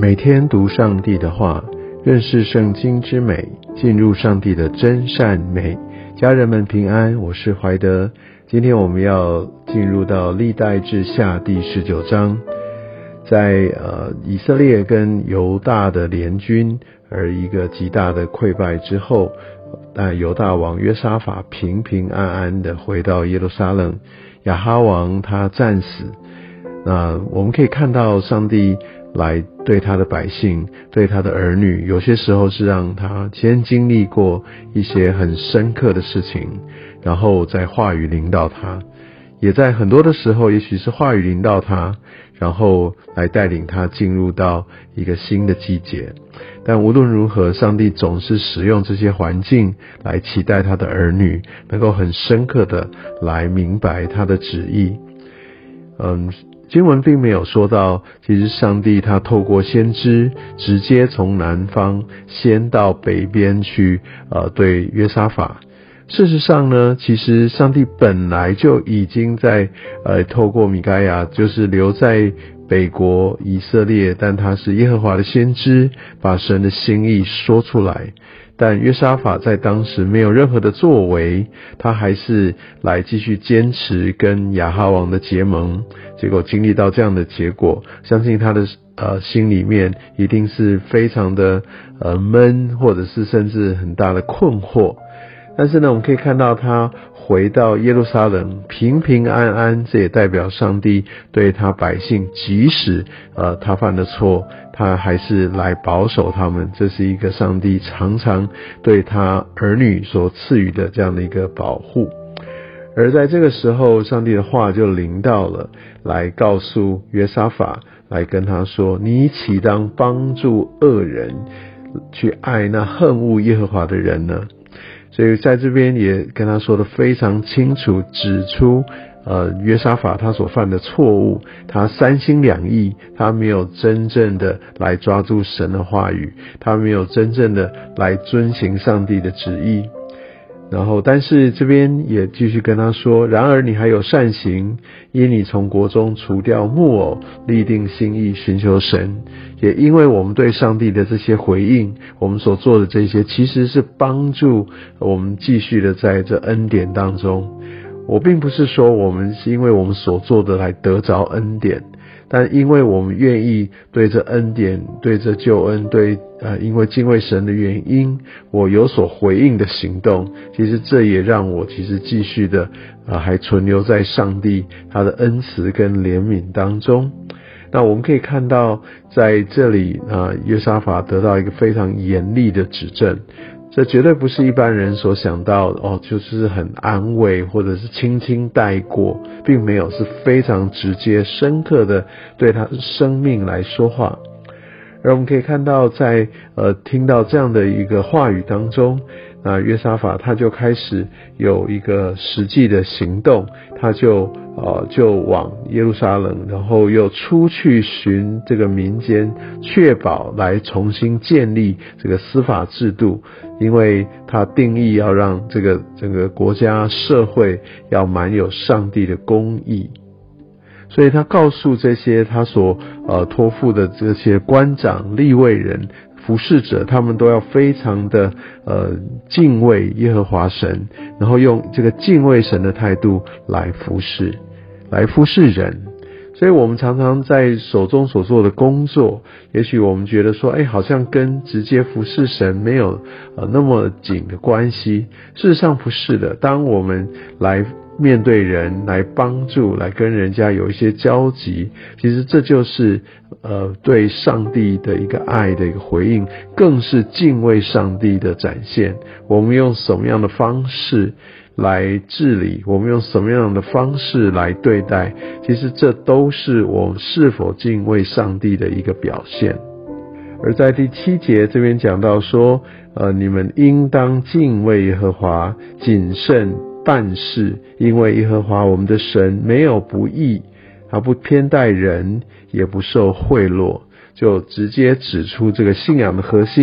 每天读上帝的话，认识圣经之美，进入上帝的真善美。家人们平安，我是怀德。今天我们要进入到历代志下第19章。在以色列跟犹大的联军而一个极大的溃败之后，犹大王约沙法平平安安的回到耶路撒冷，亚哈王他战死。那我们可以看到上帝来对他的百姓，对他的儿女，有些时候是让他先经历过一些很深刻的事情，然后再话语领导他，也在很多的时候也许是话语领导他，然后来带领他进入到一个新的季节。但无论如何，上帝总是使用这些环境来期待他的儿女能够很深刻的来明白他的旨意。经文并没有说到，其实上帝他透过先知直接从南方先到北边去对约沙法。事实上呢，其实上帝本来就已经在透过米该亚，就是留在北国以色列，但他是耶和华的先知，把神的心意说出来。但约沙法在当时没有任何的作为，他还是来继续坚持跟亚哈王的结盟，结果经历到这样的结果，相信他的心里面一定是非常的闷，或者是甚至很大的困惑。但是呢，我们可以看到他回到耶路撒冷平平安安，这也代表上帝对他百姓，即使他犯了错，他还是来保守他们，这是一个上帝常常对他儿女所赐予的这样的一个保护。而在这个时候，上帝的话就临到了，来告诉约沙法，来跟他说，你岂当帮助恶人，去爱那恨恶耶和华的人呢？所以在这边也跟他说得非常清楚，指出约沙法他所犯的错误，他三心两意，他没有真正的来抓住神的话语，他没有真正的来遵行上帝的旨意。然后但是这边也继续跟他说，然而你还有善行，因你从国中除掉木偶，立定心意寻求神。也因为我们对上帝的这些回应，我们所做的这些其实是帮助我们继续的在这恩典当中。我并不是说我们是因为我们所做的来得着恩典，但因为我们愿意对这恩典，对这救恩，对因为敬畏神的原因，我有所回应的行动，其实这也让我其实继续的还存留在上帝他的恩慈跟怜悯当中。那我们可以看到在这里约沙法得到一个非常严厉的指正，这绝对不是一般人所想到就是很安慰或者是轻轻带过，并没有，是非常直接深刻的对他生命来说话。而我们可以看到在听到这样的一个话语当中，约沙法他就开始有一个实际的行动，他就往耶路撒冷，然后又出去寻这个民间，确保来重新建立这个司法制度，因为他定义要让这个整个国家社会要满有上帝的公义。所以他告诉这些他所托付的这些官长、利未人、服侍者，他们都要非常的敬畏耶和华神，然后用这个敬畏神的态度来服侍人。所以我们常常在手中所做的工作，也许我们觉得说好像跟直接服侍神没有那么紧的关系。事实上不是的，当我们来面对人，来帮助，来跟人家有一些交集，其实这就是对上帝的一个爱的一个回应，更是敬畏上帝的展现。我们用什么样的方式来治理，我们用什么样的方式来对待，其实这都是我们是否敬畏上帝的一个表现。而在第7节这边讲到说你们应当敬畏耶和华，谨慎办事，因为耶和华我们的神没有不义，他不偏待人，也不受贿赂。就直接指出这个信仰的核心，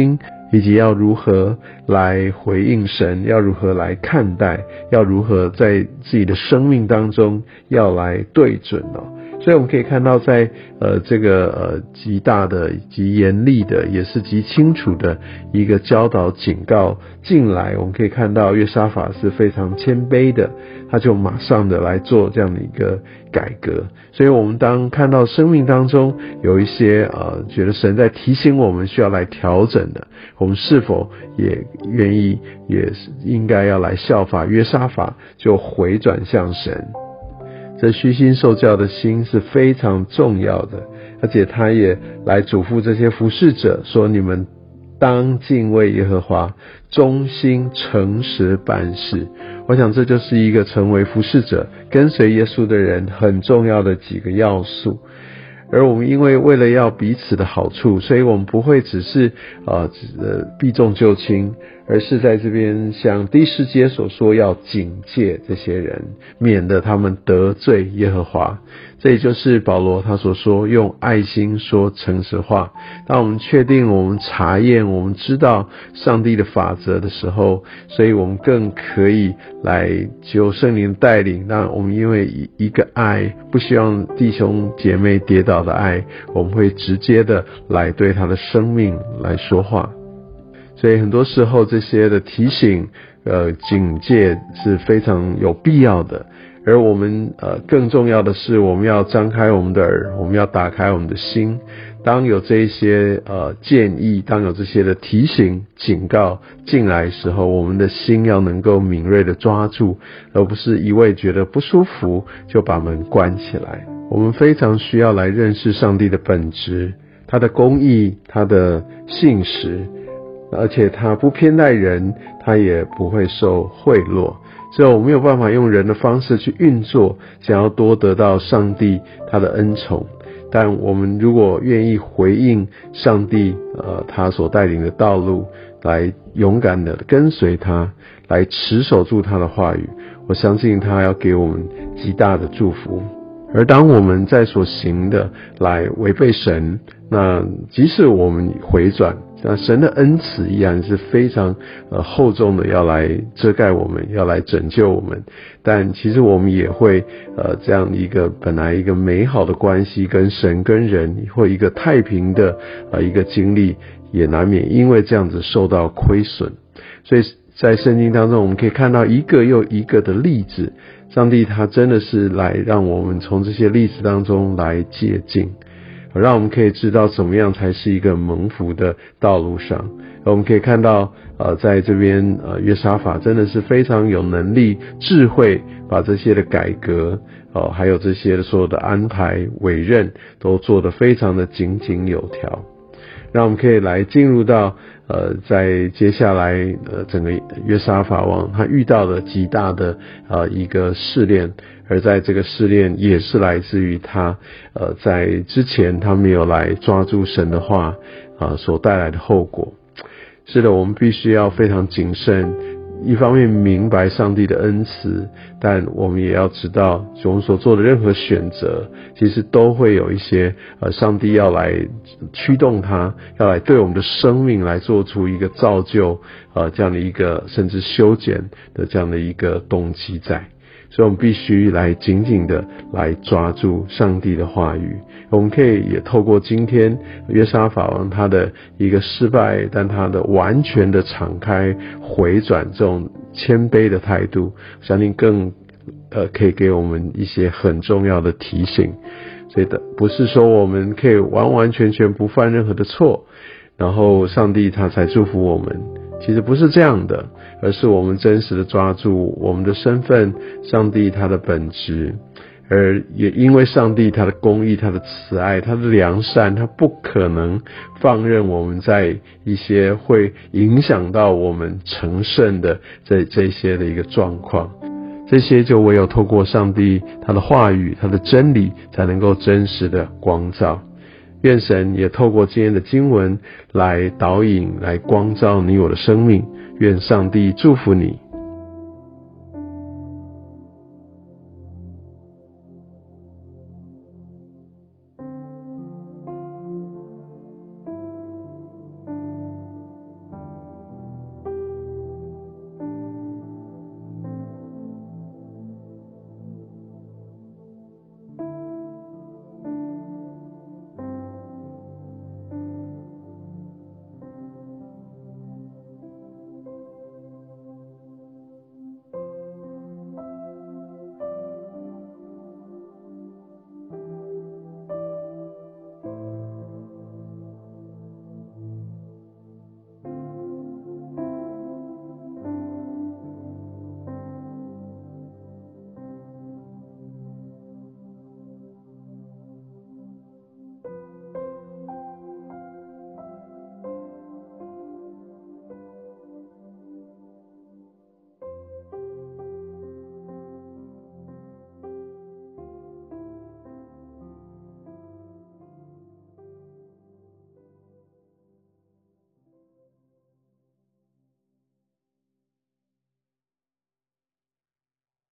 以及要如何来回应神，要如何来看待，要如何在自己的生命当中要来对准所以我们可以看到在这个极大的极严厉的也是极清楚的一个教导警告进来，我们可以看到约沙法是非常谦卑的，他就马上的来做这样的一个改革。所以我们当看到生命当中有一些觉得神在提醒我们需要来调整的，我们是否也愿意也应该要来效法约沙法，就回转向神。这虚心受教的心是非常重要的，而且他也来嘱咐这些服侍者说，你们当敬畏耶和华，忠心诚实办事。我想这就是一个成为服侍者跟随耶稣的人很重要的几个要素。而我们因为了要彼此的好处，所以我们不会只是避重就轻，而是在这边像第十节所说，要警戒这些人，免得他们得罪耶和华。这也就是保罗他所说，用爱心说诚实话。当我们确定，我们查验，我们知道上帝的法则的时候，所以我们更可以来求圣灵带领。那我们因为一个爱，不希望弟兄姐妹跌倒的爱，我们会直接的来对他的生命来说话。所以很多时候这些的提醒警戒是非常有必要的。而我们更重要的是，我们要张开我们的耳，我们要打开我们的心。当有这一些建议，当有这些的提醒警告进来的时候，我们的心要能够敏锐的抓住，而不是一味觉得不舒服就把门关起来。我们非常需要来认识上帝的本质，他的公义，他的信实，而且他不偏待人，他也不会受贿赂。所以我没有办法用人的方式去运作，想要多得到上帝他的恩宠。但我们如果愿意回应上帝他所带领的道路，来勇敢的跟随他，来持守住他的话语，我相信他要给我们极大的祝福。而当我们在所行的来违背神，那即使我们回转，那神的恩慈依然是非常厚重的，要来遮盖我们，要来拯救我们。但其实我们也会这样一个本来一个美好的关系，跟神跟人，或一个太平的一个经历，也难免因为这样子受到亏损。所以在圣经当中，我们可以看到一个又一个的例子，上帝他真的是来让我们从这些例子当中来借鉴，让我们可以知道怎么样才是一个蒙福的道路上。我们可以看到在这边约沙法真的是非常有能力智慧，把这些的改革还有这些的所有的安排委任都做得非常的井井有条。让我们可以来进入到在接下来整个约沙法王他遇到了极大的一个试炼，而在这个试炼也是来自于他在之前他没有来抓住神的话所带来的后果。是的，我们必须要非常谨慎，一方面明白上帝的恩慈，但我们也要知道我们所做的任何选择其实都会有一些上帝要来驱动他，要来对我们的生命来做出一个造就这样的一个甚至修剪的这样的一个动机在。所以我们必须来紧紧的来抓住上帝的话语。我们可以也透过今天约沙法王他的一个失败，但他的完全的敞开回转这种谦卑的态度，相信更可以给我们一些很重要的提醒。所以不是说我们可以完完全全不犯任何的错，然后上帝他才祝福我们，其实不是这样的，而是我们真实的抓住我们的身份，上帝他的本质，而也因为上帝他的公义，他的慈爱，他的良善，他不可能放任我们在一些会影响到我们成圣的这些的一个状况。这些就唯有透过上帝他的话语，他的真理，才能够真实的光照。愿神也透过今天的经文来导引，来光照你我的生命。愿上帝祝福你。